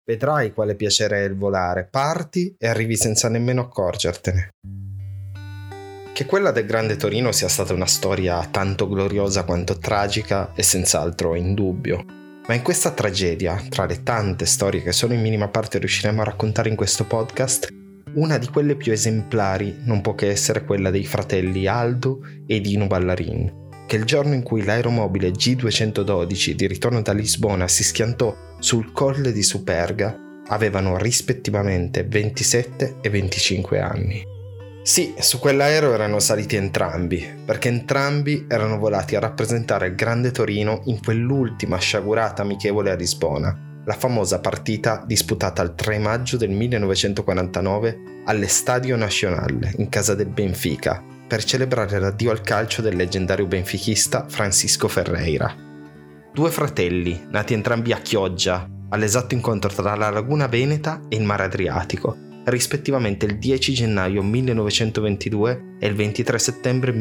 Vedrai quale piacere è il volare, parti e arrivi senza nemmeno accorgertene. Che quella del Grande Torino sia stata una storia tanto gloriosa quanto tragica è senz'altro indubbio. Ma in questa tragedia, tra le tante storie che solo in minima parte riusciremo a raccontare in questo podcast, una di quelle più esemplari non può che essere quella dei fratelli Aldo e Dino Ballarin, che il giorno in cui l'aeromobile G212 di ritorno da Lisbona si schiantò sul colle di Superga avevano rispettivamente 27 e 25 anni. Sì, su quell'aereo erano saliti entrambi, perché entrambi erano volati a rappresentare il Grande Torino in quell'ultima sciagurata amichevole a Lisbona, la famosa partita disputata il 3 maggio del 1949 all'Estadio Nacional, in casa del Benfica, per celebrare l'addio al calcio del leggendario benfichista Francisco Ferreira. Due fratelli, nati entrambi a Chioggia, all'esatto incontro tra la Laguna Veneta e il Mare Adriatico, rispettivamente il 10 gennaio 1922 e il 23 settembre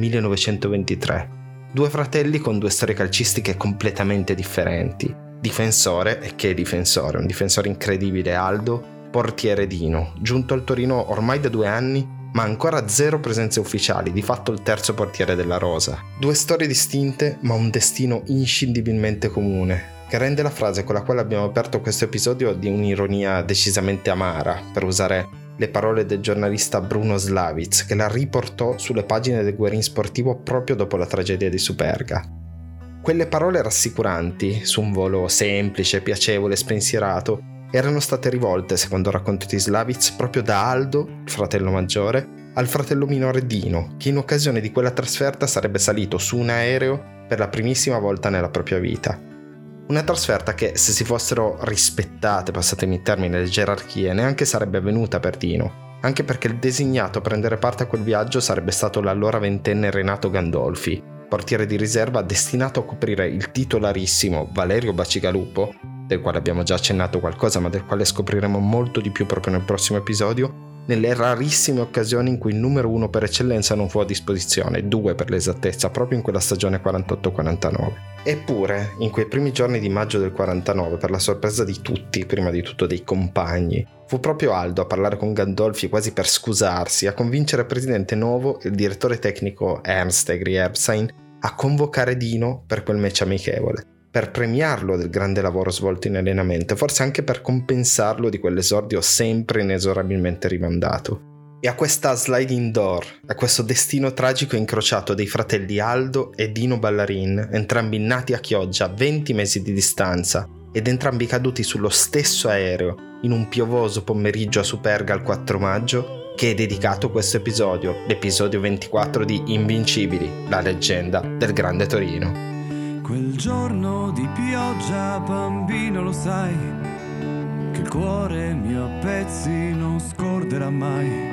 1923. Due fratelli con due storie calcistiche completamente differenti. Difensore, e che difensore, un difensore incredibile Aldo, portiere Dino, giunto al Torino ormai da 2 anni, ma ancora 0 presenze ufficiali, di fatto il terzo portiere della rosa. Due storie distinte, ma un destino inscindibilmente comune, che rende la frase con la quale abbiamo aperto questo episodio di un'ironia decisamente amara, per usare le parole del giornalista Bruno Slavitz, che la riportò sulle pagine del Guerin Sportivo proprio dopo la tragedia di Superga. Quelle parole rassicuranti, su un volo semplice, piacevole, spensierato, erano state rivolte, secondo il racconto di Slavitz, proprio da Aldo, il fratello maggiore, al fratello minore Dino, che in occasione di quella trasferta sarebbe salito su un aereo per la primissima volta nella propria vita. Una trasferta che, se si fossero rispettate, passatemi il termine, le gerarchie, neanche sarebbe avvenuta per Dino, anche perché il designato a prendere parte a quel viaggio sarebbe stato l'allora ventenne Renato Gandolfi, portiere di riserva destinato a coprire il titolarissimo Valerio Bacigalupo, del quale abbiamo già accennato qualcosa ma del quale scopriremo molto di più proprio nel prossimo episodio, nelle rarissime occasioni in cui il numero 1 per eccellenza non fu a disposizione, 2 per l'esattezza, proprio in quella stagione 48-49. Eppure, in quei primi giorni di maggio del 49, per la sorpresa di tutti, prima di tutto dei compagni, fu proprio Aldo a parlare con Gandolfi quasi per scusarsi, a convincere il presidente Novo e il direttore tecnico Ernst Egri-Erbsein a convocare Dino per quel match amichevole, per premiarlo del grande lavoro svolto in allenamento, forse anche per compensarlo di quell'esordio sempre inesorabilmente rimandato. E a questa sliding door, a questo destino tragico incrociato dei fratelli Aldo e Dino Ballarin, entrambi nati a Chioggia a 20 mesi di distanza ed entrambi caduti sullo stesso aereo in un piovoso pomeriggio a Superga il 4 maggio, che è dedicato questo episodio, l'episodio 24 di Invincibili, la leggenda del Grande Torino. Quel giorno di pioggia, bambino, lo sai, che il cuore mio a pezzi non scorderà mai.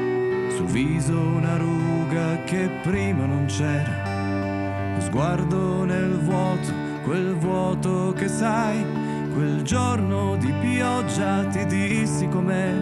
Sul viso una ruga che prima non c'era, lo sguardo nel vuoto, quel vuoto che sai. Quel giorno di pioggia ti dissi com'è,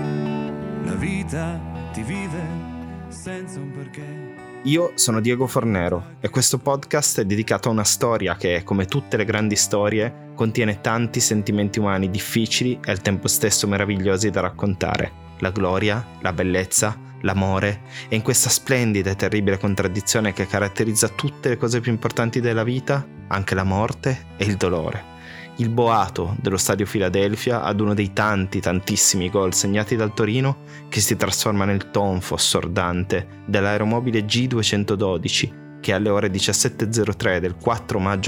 la vita ti vive senza un perché. Io sono Diego Fornero e questo podcast è dedicato a una storia che, come tutte le grandi storie, contiene tanti sentimenti umani difficili e al tempo stesso meravigliosi da raccontare. La gloria, la bellezza, l'amore e in questa splendida e terribile contraddizione che caratterizza tutte le cose più importanti della vita, anche la morte e il dolore. Il boato dello stadio Philadelphia ad uno dei tantissimi gol segnati dal Torino che si trasforma nel tonfo assordante dell'aeromobile G212 che alle ore 17.03 del 4 maggio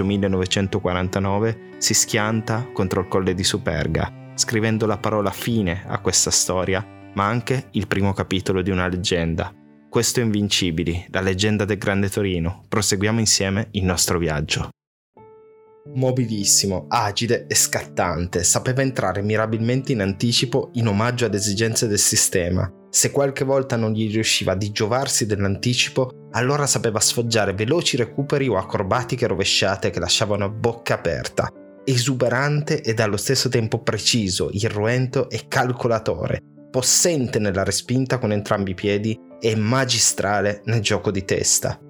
1949 si schianta contro il colle di Superga, scrivendo la parola fine a questa storia, ma anche il primo capitolo di una leggenda. Questo è Invincibili, la leggenda del Grande Torino. Proseguiamo insieme il nostro viaggio. Mobilissimo, agile e scattante, sapeva entrare mirabilmente in anticipo in omaggio ad esigenze del sistema. Se qualche volta non gli riusciva di giovarsi dell'anticipo, allora sapeva sfoggiare veloci recuperi o acrobatiche rovesciate che lasciavano a bocca aperta. Esuberante ed allo stesso tempo preciso, irruento e calcolatore, possente nella respinta con entrambi i piedi e magistrale nel gioco di testa.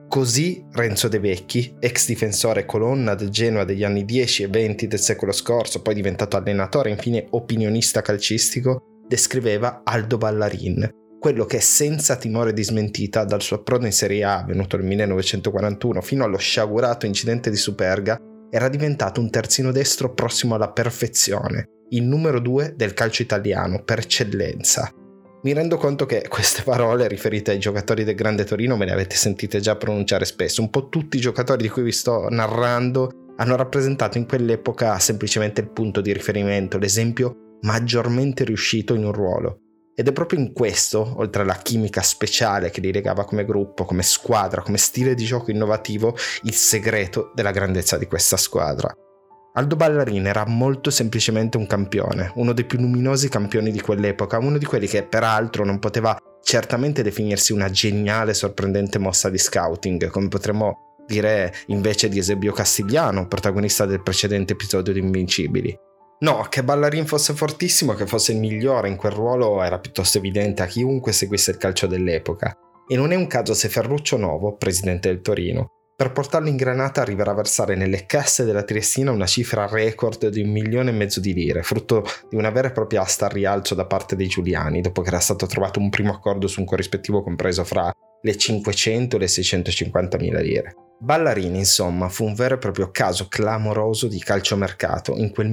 Così Renzo De Vecchi, ex difensore colonna del Genoa degli anni 10 e 20 del secolo scorso, poi diventato allenatore e infine opinionista calcistico, descriveva Aldo Ballarin, quello che senza timore di smentita dal suo approdo in Serie A, avvenuto nel 1941, fino allo sciagurato incidente di Superga, era diventato un terzino destro prossimo alla perfezione, il numero 2 del calcio italiano per eccellenza. Mi rendo conto che queste parole riferite ai giocatori del Grande Torino me le avete sentite già pronunciare spesso. Un po' tutti i giocatori di cui vi sto narrando hanno rappresentato in quell'epoca semplicemente il punto di riferimento, l'esempio maggiormente riuscito in un ruolo. Ed è proprio in questo, oltre alla chimica speciale che li legava come gruppo, come squadra, come stile di gioco innovativo, il segreto della grandezza di questa squadra. Aldo Ballarin era molto semplicemente un campione, uno dei più luminosi campioni di quell'epoca, uno di quelli che peraltro non poteva certamente definirsi una geniale e sorprendente mossa di scouting, come potremmo dire invece di Eusebio Castigliano, protagonista del precedente episodio di Invincibili. No, che Ballarin fosse fortissimo, che fosse il migliore in quel ruolo era piuttosto evidente a chiunque seguisse il calcio dell'epoca. E non è un caso se Ferruccio Novo, presidente del Torino, per portarlo in Granata arriverà a versare nelle casse della Triestina una cifra record di 1,5 milioni di lire, frutto di una vera e propria asta al rialzo da parte dei giuliani, dopo che era stato trovato un primo accordo su un corrispettivo compreso fra le 500 e le 650.000 lire. Ballarin, insomma, fu un vero e proprio caso clamoroso di calciomercato in quel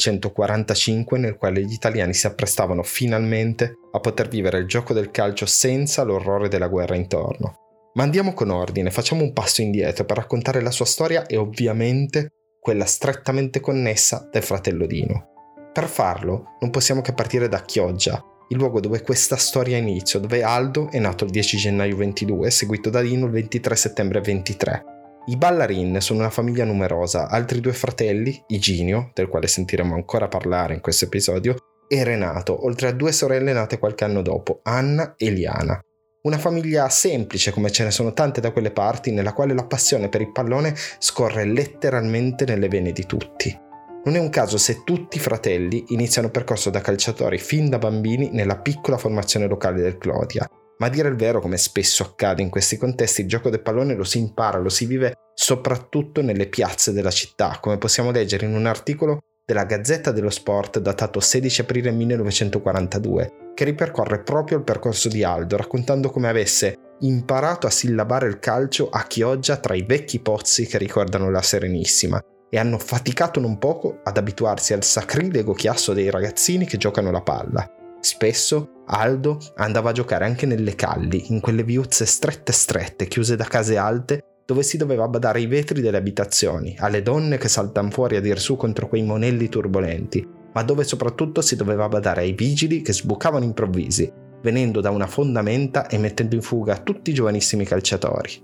1945 nel quale gli italiani si apprestavano finalmente a poter vivere il gioco del calcio senza l'orrore della guerra intorno. Ma andiamo con ordine, facciamo un passo indietro per raccontare la sua storia e ovviamente quella strettamente connessa del fratello Dino. Per farlo non possiamo che partire da Chioggia, il luogo dove questa storia ha inizio, dove Aldo è nato il 10 gennaio 22, seguito da Dino il 23 settembre 23. I Ballarin sono una famiglia numerosa, altri 2 fratelli, Iginio, del quale sentiremo ancora parlare in questo episodio, e Renato, oltre a 2 sorelle nate qualche anno dopo, Anna e Liana. Una famiglia semplice, come ce ne sono tante da quelle parti, nella quale la passione per il pallone scorre letteralmente nelle vene di tutti. Non è un caso se tutti i fratelli iniziano il percorso da calciatori fin da bambini nella piccola formazione locale del Clodia. Ma a dire il vero, come spesso accade in questi contesti, il gioco del pallone lo si impara, lo si vive soprattutto nelle piazze della città, come possiamo leggere in un articolo della Gazzetta dello Sport datato 16 aprile 1942, che ripercorre proprio il percorso di Aldo, raccontando come avesse imparato a sillabare il calcio a Chioggia tra i vecchi pozzi che ricordano la Serenissima e hanno faticato non poco ad abituarsi al sacrilego chiasso dei ragazzini che giocano la palla. Spesso Aldo andava a giocare anche nelle calli, in quelle viuzze strette chiuse da case alte, dove si doveva badare ai vetri delle abitazioni, alle donne che saltano fuori a dir su contro quei monelli turbolenti, ma dove soprattutto si doveva badare ai vigili che sbucavano improvvisi, venendo da una fondamenta e mettendo in fuga tutti i giovanissimi calciatori.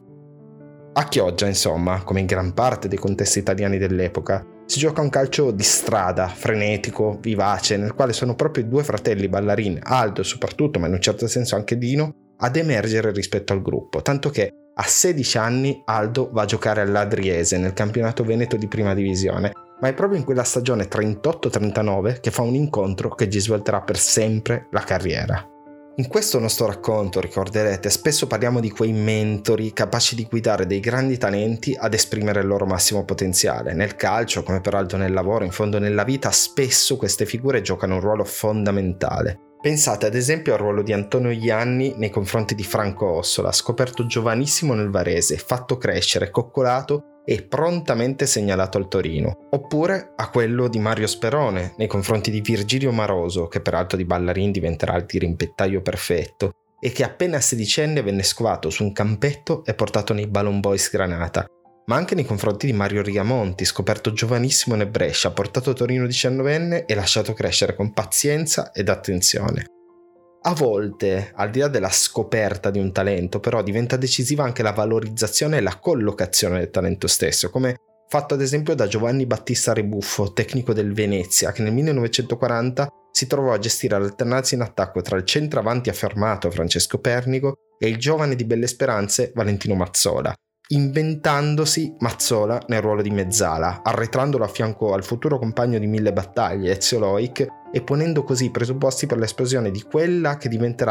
A Chioggia, insomma, come in gran parte dei contesti italiani dell'epoca, si gioca un calcio di strada, frenetico, vivace, nel quale sono proprio i 2 fratelli Ballarin, Aldo soprattutto, ma in un certo senso anche Dino, ad emergere rispetto al gruppo, tanto che a 16 anni Aldo va a giocare all'Adriese nel campionato veneto di prima divisione, ma è proprio in quella stagione 38-39 che fa un incontro che gli svolterà per sempre la carriera. In questo nostro racconto, ricorderete, spesso parliamo di quei mentori capaci di guidare dei grandi talenti ad esprimere il loro massimo potenziale. Nel calcio, come peraltro nel lavoro, in fondo nella vita, spesso queste figure giocano un ruolo fondamentale. Pensate ad esempio al ruolo di Antonio Ianni nei confronti di Franco Ossola, scoperto giovanissimo nel Varese, fatto crescere, coccolato e prontamente segnalato al Torino. Oppure a quello di Mario Sperone nei confronti di Virgilio Maroso, che peraltro di Ballarin diventerà il dirimpettaio perfetto, e che appena sedicenne venne scovato su un campetto e portato nei Ballon Boys Granata. Ma anche nei confronti di Mario Rigamonti, scoperto giovanissimo nel Brescia, portato a Torino 19enne e lasciato crescere con pazienza ed attenzione. A volte, al di là della scoperta di un talento, però diventa decisiva anche la valorizzazione e la collocazione del talento stesso, come fatto ad esempio da Giovanni Battista Rebuffo, tecnico del Venezia, che nel 1940 si trovò a gestire l'alternanza in attacco tra il centravanti affermato Francesco Pernico e il giovane di Belle Speranze Valentino Mazzola, inventandosi Mazzola nel ruolo di mezzala, arretrandolo a fianco al futuro compagno di 1000 battaglie Ezio Loic e ponendo così i presupposti per l'esplosione di quella che diventerà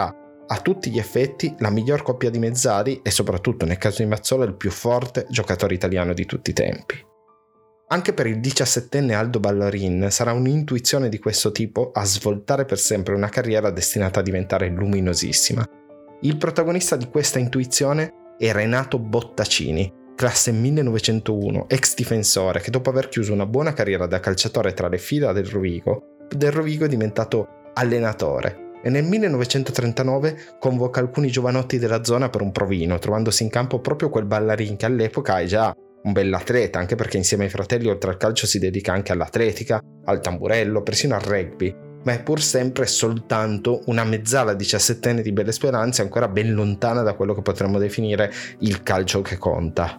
a tutti gli effetti la miglior coppia di mezzali e soprattutto nel caso di Mazzola il più forte giocatore italiano di tutti i tempi. Anche per il 17enne Aldo Ballarin sarà un'intuizione di questo tipo a svoltare per sempre una carriera destinata a diventare luminosissima. Il protagonista di questa intuizione è Renato Bottacini, classe 1901, ex difensore che dopo aver chiuso una buona carriera da calciatore tra le fila del Rovigo è diventato allenatore e nel 1939 convoca alcuni giovanotti della zona per un provino, trovandosi in campo proprio quel Ballarin che all'epoca è già un bell'atleta, anche perché insieme ai fratelli oltre al calcio si dedica anche all'atletica, al tamburello, persino al rugby, ma è pur sempre soltanto una mezzala 17enne di belle speranze, ancora ben lontana da quello che potremmo definire il calcio che conta.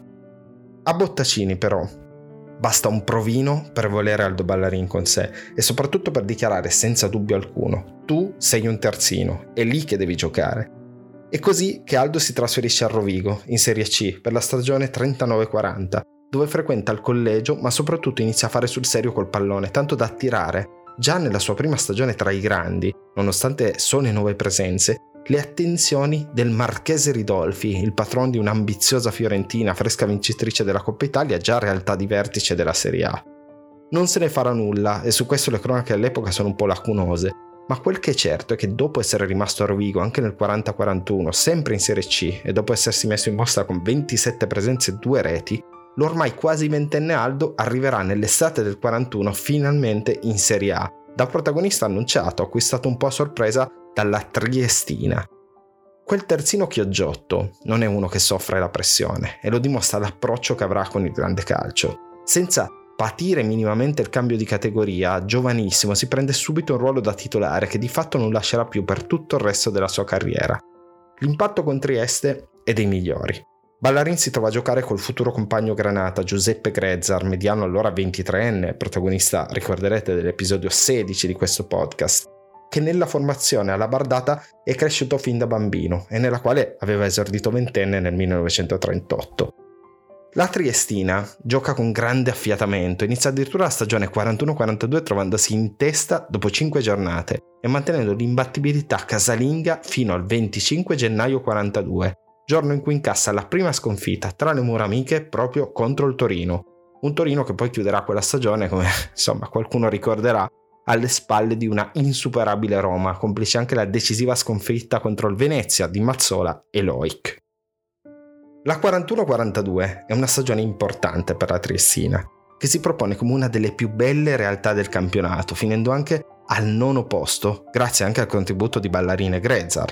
A Bottacini però basta un provino per volere Aldo Ballarin con sé e soprattutto per dichiarare senza dubbio alcuno: tu sei un terzino, è lì che devi giocare. È così che Aldo si trasferisce a Rovigo, in Serie C, per la stagione 39-40, dove frequenta il collegio ma soprattutto inizia a fare sul serio col pallone, tanto da attirare, già nella sua prima stagione tra i grandi, nonostante sole 9 presenze, le attenzioni del Marchese Ridolfi, il patron di un'ambiziosa Fiorentina, fresca vincitrice della Coppa Italia, già realtà di vertice della Serie A. Non se ne farà nulla e su questo le cronache all'epoca sono un po' lacunose, ma quel che è certo è che dopo essere rimasto a Rovigo anche nel 40-41, sempre in Serie C, e dopo essersi messo in mostra con 27 presenze e 2 reti, l'ormai quasi ventenne Aldo arriverà nell'estate del 41 finalmente in Serie A, da protagonista annunciato, acquistato un po' a sorpresa dalla Triestina. Quel terzino chioggiotto non è uno che soffre la pressione e lo dimostra l'approccio che avrà con il grande calcio. Senza patire minimamente il cambio di categoria, giovanissimo si prende subito un ruolo da titolare che di fatto non lascerà più per tutto il resto della sua carriera. L'impatto con Trieste è dei migliori. Ballarin si trova a giocare col futuro compagno Granata Giuseppe Grezzar, mediano allora 23enne, protagonista, ricorderete, dell'episodio 16 di questo podcast, che nella formazione alla Bardata è cresciuto fin da bambino e nella quale aveva esordito ventenne nel 1938. La Triestina gioca con grande affiatamento, inizia addirittura la stagione 41-42 trovandosi in testa dopo 5 giornate e mantenendo l'imbattibilità casalinga fino al 25 gennaio 42, giorno in cui incassa la prima sconfitta tra le mura amiche proprio contro il Torino. Un Torino che poi chiuderà quella stagione, come insomma qualcuno ricorderà, alle spalle di una insuperabile Roma, complice anche la decisiva sconfitta contro il Venezia di Mazzola e Loic. La 41-42 è una stagione importante per la Triestina, che si propone come una delle più belle realtà del campionato, finendo anche al 9° posto, grazie anche al contributo di Ballarin e Grezzar.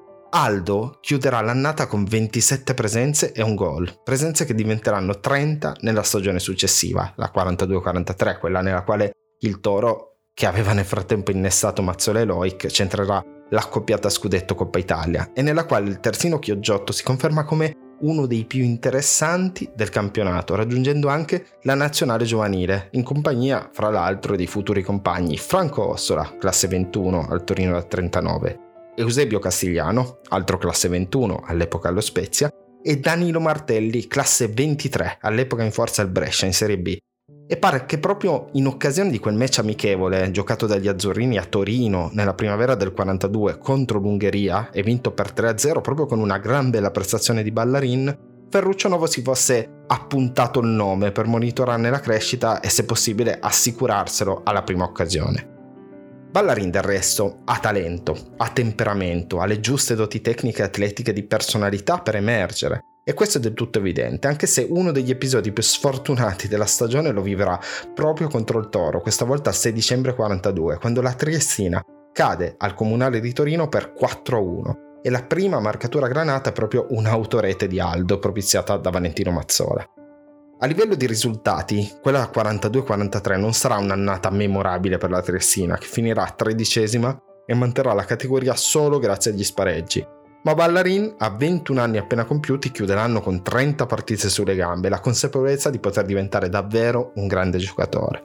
Aldo chiuderà l'annata con 27 presenze e un gol, presenze che diventeranno 30 nella stagione successiva, la 42-43, quella nella quale il Toro, che aveva nel frattempo innestato Mazzola e Loic, centrerà l'accoppiata scudetto Coppa Italia e nella quale il terzino chioggiotto si conferma come uno dei più interessanti del campionato, raggiungendo anche la nazionale giovanile, in compagnia, fra l'altro, dei futuri compagni Franco Ossola, classe 21 al Torino da 39, Eusebio Castigliano, altro classe 21 all'epoca allo Spezia, e Danilo Martelli, classe 23 all'epoca in forza al Brescia in Serie B. E pare che proprio in occasione di quel match amichevole giocato dagli azzurrini a Torino nella primavera del 42 contro l'Ungheria e vinto per 3-0 proprio con una gran bella prestazione di Ballarin, Ferruccio Novo si fosse appuntato il nome per monitorarne la crescita e se possibile assicurarselo alla prima occasione. Ballarin del resto ha talento, ha temperamento, ha le giuste doti tecniche e atletiche di personalità per emergere. E questo è del tutto evidente, anche se uno degli episodi più sfortunati della stagione lo vivrà proprio contro il Toro, questa volta il 6 dicembre 42, quando la Triestina cade al Comunale di Torino per 4-1 e la prima marcatura granata è proprio un'autorete di Aldo propiziata da Valentino Mazzola. A livello di risultati, quella 42-43 non sarà un'annata memorabile per la Triestina, che finirà 13ª e manterrà la categoria solo grazie agli spareggi. Ma Ballarin, a 21 anni appena compiuti, chiude l'anno con 30 partite sulle gambe e la consapevolezza di poter diventare davvero un grande giocatore.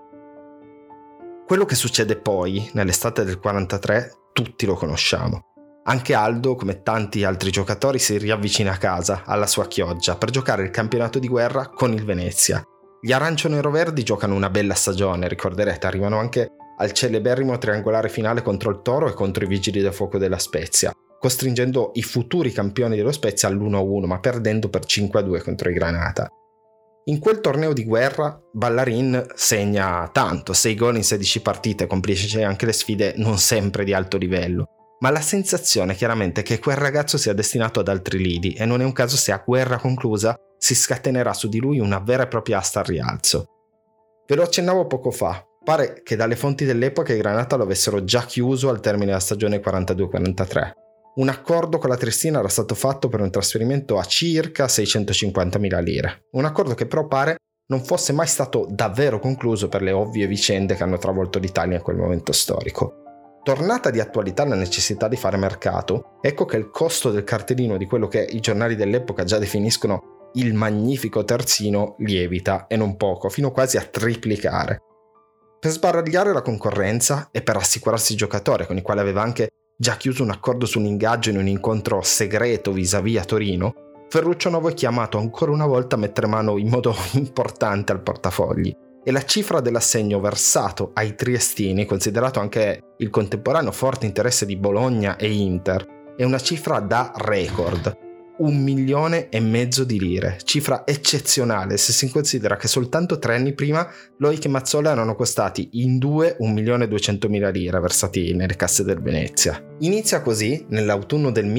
Quello che succede poi, nell'estate del 43, tutti lo conosciamo. Anche Aldo, come tanti altri giocatori, si riavvicina a casa, alla sua chioggia, per giocare il campionato di guerra con il Venezia. Gli arancio-nero-verdi giocano una bella stagione, ricorderete, arrivano anche al celeberrimo triangolare finale contro il Toro e contro i Vigili del Fuoco della Spezia. costringendo i futuri campioni dello Spezia all'1-1, ma perdendo per 5-2 contro i Granata. In quel torneo di guerra Ballarin segna tanto, 6 gol in 16 partite, complice anche le sfide non sempre di alto livello, ma la sensazione chiaramente è che quel ragazzo sia destinato ad altri lidi e non è un caso se a guerra conclusa si scatenerà su di lui una vera e propria asta al rialzo. Ve lo accennavo poco fa, pare che dalle fonti dell'epoca i Granata lo avessero già chiuso al termine della stagione 42-43. Un accordo con la Triestina era stato fatto per un trasferimento a circa 650.000 lire. Un accordo che però pare non fosse mai stato davvero concluso per le ovvie vicende che hanno travolto l'Italia in quel momento storico. Tornata di attualità la necessità di fare mercato, ecco che il costo del cartellino di quello che i giornali dell'epoca già definiscono il magnifico terzino lievita, e non poco, fino quasi a triplicare. Per sbaragliare la concorrenza e per assicurarsi il giocatore, con il quale aveva anche già chiuso un accordo su un ingaggio in un incontro segreto vis-à-vis a Torino, Ferruccio Novo è chiamato ancora una volta a mettere mano in modo importante al portafogli, e la cifra dell'assegno versato ai triestini, considerato anche il contemporaneo forte interesse di Bologna e Inter, è una cifra da record, 1,5 milioni di lire, cifra eccezionale se si considera che soltanto 3 anni prima Loic e Mazzola erano costati in due 1.200.000 lire versati nelle casse del Venezia. Inizia così, nell'autunno del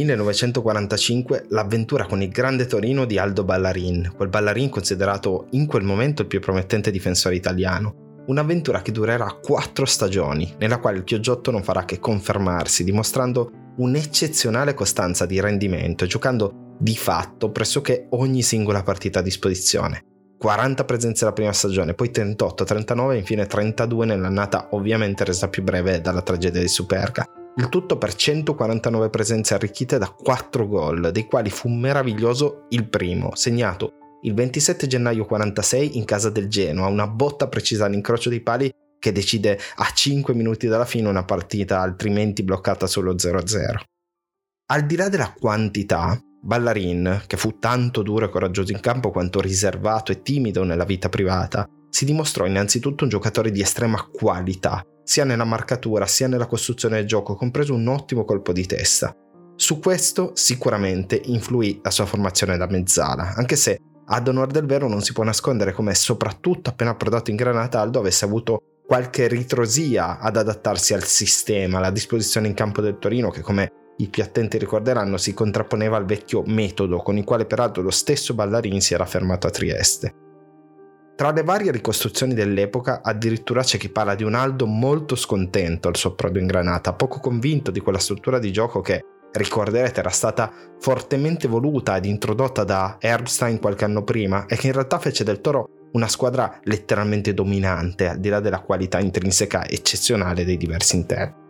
1945, l'avventura con il grande Torino di Aldo Ballarin, quel Ballarin considerato in quel momento il più promettente difensore italiano. Un'avventura che durerà 4 stagioni, nella quale il Chioggiotto non farà che confermarsi, dimostrando un'eccezionale costanza di rendimento e giocando di fatto pressoché ogni singola partita a disposizione. 40 presenze la prima stagione, poi 38, 39 e infine 32 nell'annata ovviamente resa più breve dalla tragedia di Superga. Il tutto per 149 presenze arricchite da 4 gol, dei quali fu meraviglioso il primo, segnato il 27 gennaio 46 in casa del Genoa, una botta precisa all'incrocio dei pali che decide a 5 minuti dalla fine una partita altrimenti bloccata solo 0-0. Al di là della quantità, Ballarin, che fu tanto duro e coraggioso in campo quanto riservato e timido nella vita privata, si dimostrò innanzitutto un giocatore di estrema qualità, sia nella marcatura sia nella costruzione del gioco, compreso un ottimo colpo di testa. Su questo sicuramente influì la sua formazione da mezzala, anche se ad onor del vero non si può nascondere come soprattutto appena approdato in Granata Aldo avesse avuto qualche ritrosia ad adattarsi al sistema, alla disposizione in campo del Torino che, come i più attenti ricorderanno, si contrapponeva al vecchio metodo con il quale peraltro lo stesso Ballarin si era fermato a Trieste. Tra le varie ricostruzioni dell'epoca addirittura c'è chi parla di un Aldo molto scontento al suo approdo in Granata, poco convinto di quella struttura di gioco che, ricorderete, era stata fortemente voluta ed introdotta da Erbstein qualche anno prima e che in realtà fece del Toro una squadra letteralmente dominante, al di là della qualità intrinseca eccezionale dei diversi interni.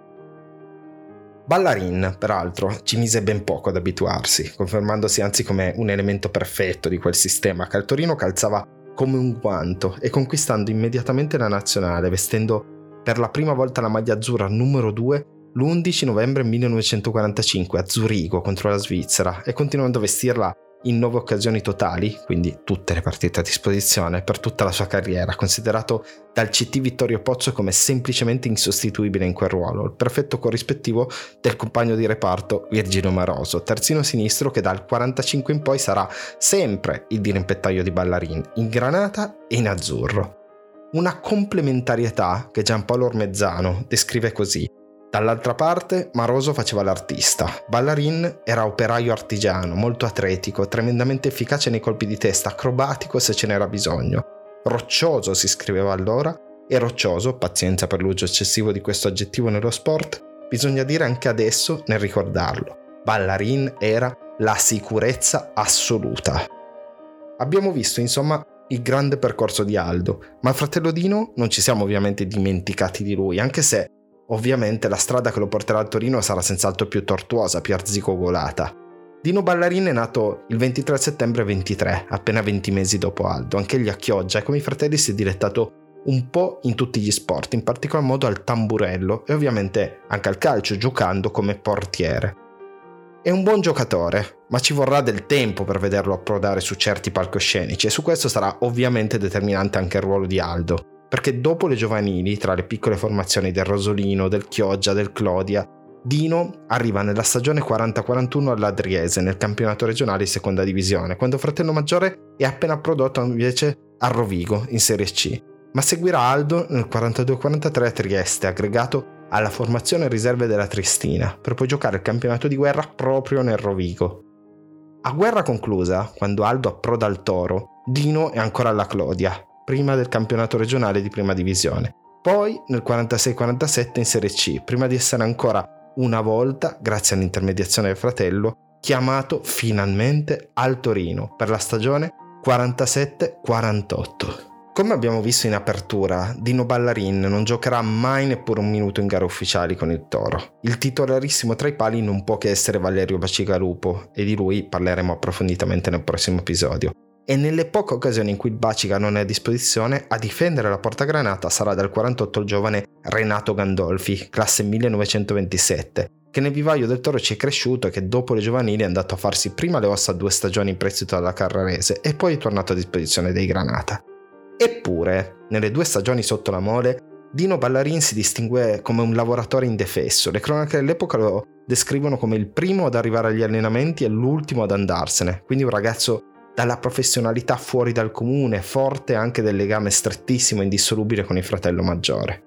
Ballarin, peraltro, ci mise ben poco ad abituarsi, confermandosi anzi come un elemento perfetto di quel sistema che al Torino calzava come un guanto e conquistando immediatamente la nazionale, vestendo per la prima volta la maglia azzurra numero 2 l'11 novembre 1945 a Zurigo contro la Svizzera e continuando a vestirla in 9 occasioni totali, quindi tutte le partite a disposizione, per tutta la sua carriera, considerato dal CT Vittorio Pozzo come semplicemente insostituibile in quel ruolo, il perfetto corrispettivo del compagno di reparto Virgilio Maroso, terzino sinistro che dal 45 in poi sarà sempre il dirimpettaio di Ballarin, in granata e in azzurro. Una complementarietà che Giampaolo Ormezzano descrive così: dall'altra parte Maroso faceva l'artista, Ballarin era operaio artigiano, molto atletico, tremendamente efficace nei colpi di testa, acrobatico se ce n'era bisogno. Roccioso si scriveva allora, e roccioso, pazienza per l'uso eccessivo di questo aggettivo nello sport, bisogna dire anche adesso nel ricordarlo. Ballarin era la sicurezza assoluta. Abbiamo visto insomma il grande percorso di Aldo, ma al fratello Dino non ci siamo ovviamente dimenticati di lui, anche se ovviamente la strada che lo porterà al Torino sarà senz'altro più tortuosa, più arzigogolata. Dino Ballarin è nato il 23 settembre 23, appena 20 mesi dopo Aldo. Anch'egli a Chioggia e come i fratelli si è dilettato un po' in tutti gli sport, in particolar modo al tamburello e ovviamente anche al calcio, giocando come portiere. È un buon giocatore, ma ci vorrà del tempo per vederlo approdare su certi palcoscenici e su questo sarà ovviamente determinante anche il ruolo di Aldo. Perché dopo le giovanili, tra le piccole formazioni del Rosolino, del Chioggia, del Clodia, Dino arriva nella stagione 40-41 all'Adriese, nel campionato regionale di seconda divisione, quando fratello maggiore è appena prodotto invece a Rovigo in Serie C, ma seguirà Aldo nel 42-43 a Trieste, aggregato alla formazione riserve della Triestina, per poi giocare il campionato di guerra proprio nel Rovigo. A guerra conclusa, quando Aldo approda al Toro, Dino è ancora alla Clodia, prima del campionato regionale di prima divisione, poi nel 46-47 in Serie C, prima di essere ancora una volta, grazie all'intermediazione del fratello, chiamato finalmente al Torino per la stagione 47-48. Come abbiamo visto in apertura, Dino Ballarin non giocherà mai neppure un minuto in gare ufficiali con il Toro. Il titolarissimo tra i pali non può che essere Valerio Bacigalupo, e di lui parleremo approfonditamente nel prossimo episodio. E nelle poche occasioni in cui il Baciga non è a disposizione, a difendere la portagranata sarà dal 48 il giovane Renato Gandolfi, classe 1927, che nel vivaio del Toro ci è cresciuto e che dopo le giovanili è andato a farsi prima le ossa 2 stagioni in prestito alla Carrarese e poi è tornato a disposizione dei Granata. Eppure, nelle 2 stagioni sotto la Mole, Dino Ballarin si distingue come un lavoratore indefesso. Le cronache dell'epoca lo descrivono come il primo ad arrivare agli allenamenti e l'ultimo ad andarsene, quindi un ragazzo dalla professionalità fuori dal comune, forte anche del legame strettissimo e indissolubile con il fratello maggiore.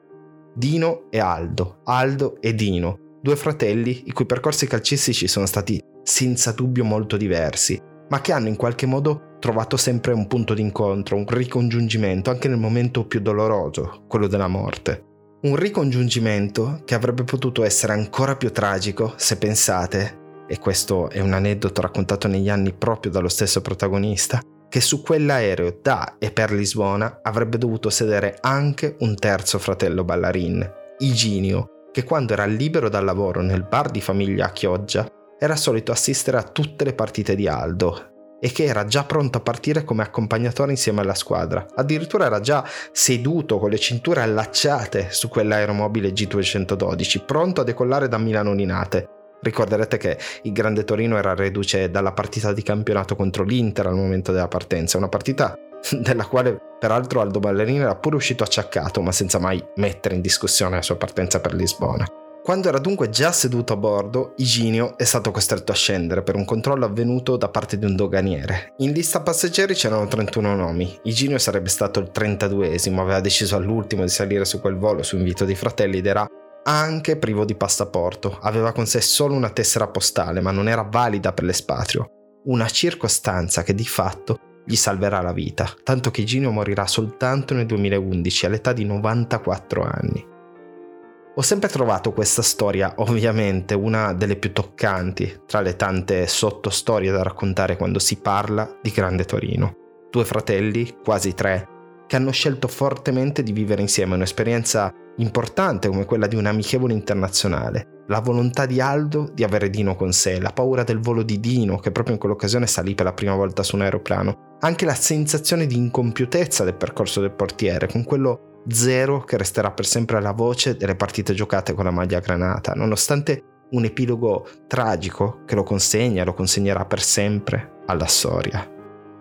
Dino e Aldo, Aldo e Dino, 2 fratelli i cui percorsi calcistici sono stati senza dubbio molto diversi, ma che hanno in qualche modo trovato sempre un punto d'incontro, un ricongiungimento anche nel momento più doloroso, quello della morte. Un ricongiungimento che avrebbe potuto essere ancora più tragico se pensate, e questo è un aneddoto raccontato negli anni proprio dallo stesso protagonista, che su quell'aereo da e per Lisbona avrebbe dovuto sedere anche un terzo fratello Ballarin, Iginio, che quando era libero dal lavoro nel bar di famiglia a Chioggia era solito assistere a tutte le partite di Aldo e che era già pronto a partire come accompagnatore insieme alla squadra. Addirittura era già seduto con le cinture allacciate su quell'aeromobile G212, pronto a decollare da Milano Linate. Ricorderete che il Grande Torino era reduce dalla partita di campionato contro l'Inter al momento della partenza, una partita della quale peraltro Aldo Ballarin era pure uscito acciaccato, ma senza mai mettere in discussione la sua partenza per Lisbona. Quando era dunque già seduto a bordo, Iginio è stato costretto a scendere per un controllo avvenuto da parte di un doganiere. In lista passeggeri c'erano 31 nomi, Iginio sarebbe stato il 32esimo, aveva deciso all'ultimo di salire su quel volo su invito dei fratelli ed era anche privo di passaporto, aveva con sé solo una tessera postale ma non era valida per l'espatrio, una circostanza che di fatto gli salverà la vita, tanto che Iginio morirà soltanto nel 2011 all'età di 94 anni. Ho sempre trovato questa storia ovviamente una delle più toccanti tra le tante sottostorie da raccontare quando si parla di Grande Torino. 2 fratelli, quasi 3, che hanno scelto fortemente di vivere insieme un'esperienza importante come quella di un amichevole internazionale. La volontà di Aldo di avere Dino con sé, la paura del volo di Dino che proprio in quell'occasione salì per la prima volta su un aeroplano, anche la sensazione di incompiutezza del percorso del portiere, con quello 0 che resterà per sempre alla voce delle partite giocate con la maglia granata, nonostante un epilogo tragico che lo consegna e lo consegnerà per sempre alla storia.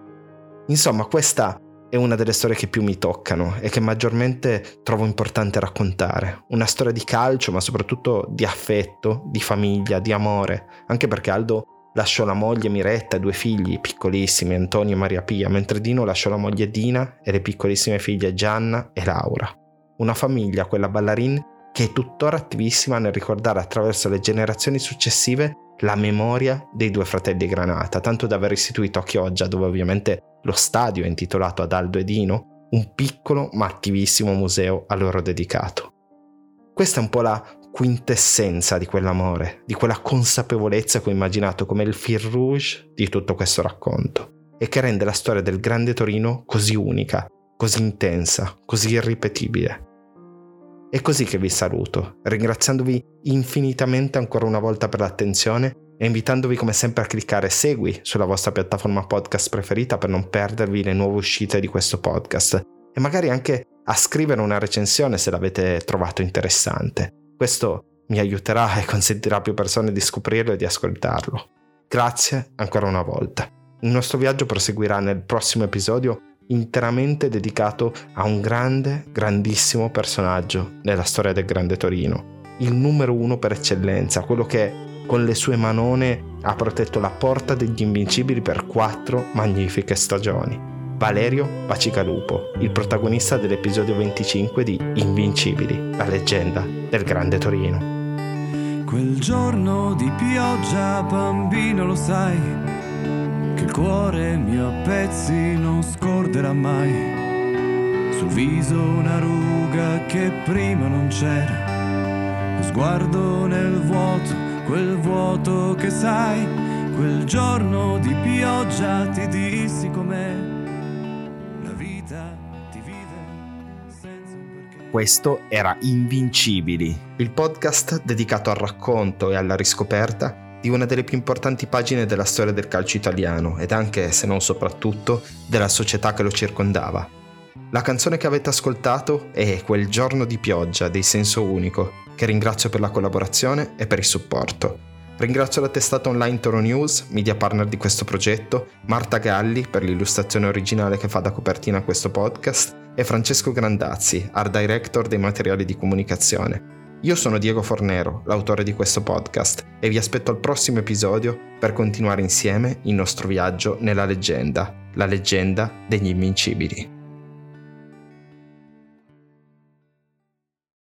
Insomma, questa è una delle storie che più mi toccano e che maggiormente trovo importante raccontare. Una storia di calcio, ma soprattutto di affetto, di famiglia, di amore, anche perché Aldo lasciò la moglie Miretta e 2 figli piccolissimi, Antonio e Maria Pia, mentre Dino lasciò la moglie Dina e le piccolissime figlie Gianna e Laura. Una famiglia, quella Ballarin, che è tuttora attivissima nel ricordare attraverso le generazioni successive la memoria dei 2 fratelli Granata, tanto da aver istituito a Chioggia, dove ovviamente lo stadio è intitolato ad Aldo e Dino, un piccolo ma attivissimo museo a loro dedicato. Questa è un po' la quintessenza di quell'amore, di quella consapevolezza che ho immaginato come il fil rouge di tutto questo racconto e che rende la storia del Grande Torino così unica, così intensa, così irripetibile. È così che vi saluto, ringraziandovi infinitamente ancora una volta per l'attenzione e invitandovi come sempre a cliccare segui sulla vostra piattaforma podcast preferita per non perdervi le nuove uscite di questo podcast e magari anche a scrivere una recensione se l'avete trovato interessante. Questo mi aiuterà e consentirà a più persone di scoprirlo e di ascoltarlo. Grazie ancora una volta. Il nostro viaggio proseguirà nel prossimo episodio interamente dedicato a un grandissimo personaggio nella storia del Grande Torino. il numero uno per eccellenza, quello che con le sue manone ha protetto la porta degli Invincibili per 4 magnifiche stagioni. Valerio Bacigalupo, il protagonista dell'episodio 25 di Invincibili, la leggenda del Grande Torino. Quel giorno di pioggia, bambino, lo sai, che il cuore mio a pezzi non scorderà mai. Sul viso una ruga che prima non c'era, lo sguardo nel vuoto, quel vuoto che sai. Quel giorno di pioggia ti dissi com'è, la vita ti vive senza un perché. Questo era Invincibili, il podcast dedicato al racconto e alla riscoperta di una delle più importanti pagine della storia del calcio italiano ed anche, se non soprattutto, della società che lo circondava. La canzone che avete ascoltato è Quel giorno di pioggia dei Senso Unico, che ringrazio per la collaborazione e per il supporto. Ringrazio la testata online Toro News, media partner di questo progetto, Marta Galli per l'illustrazione originale che fa da copertina a questo podcast e Francesco Grandazzi, art director dei materiali di comunicazione. Io sono Diego Fornero, l'autore di questo podcast, e vi aspetto al prossimo episodio per continuare insieme il nostro viaggio nella leggenda, la leggenda degli Invincibili.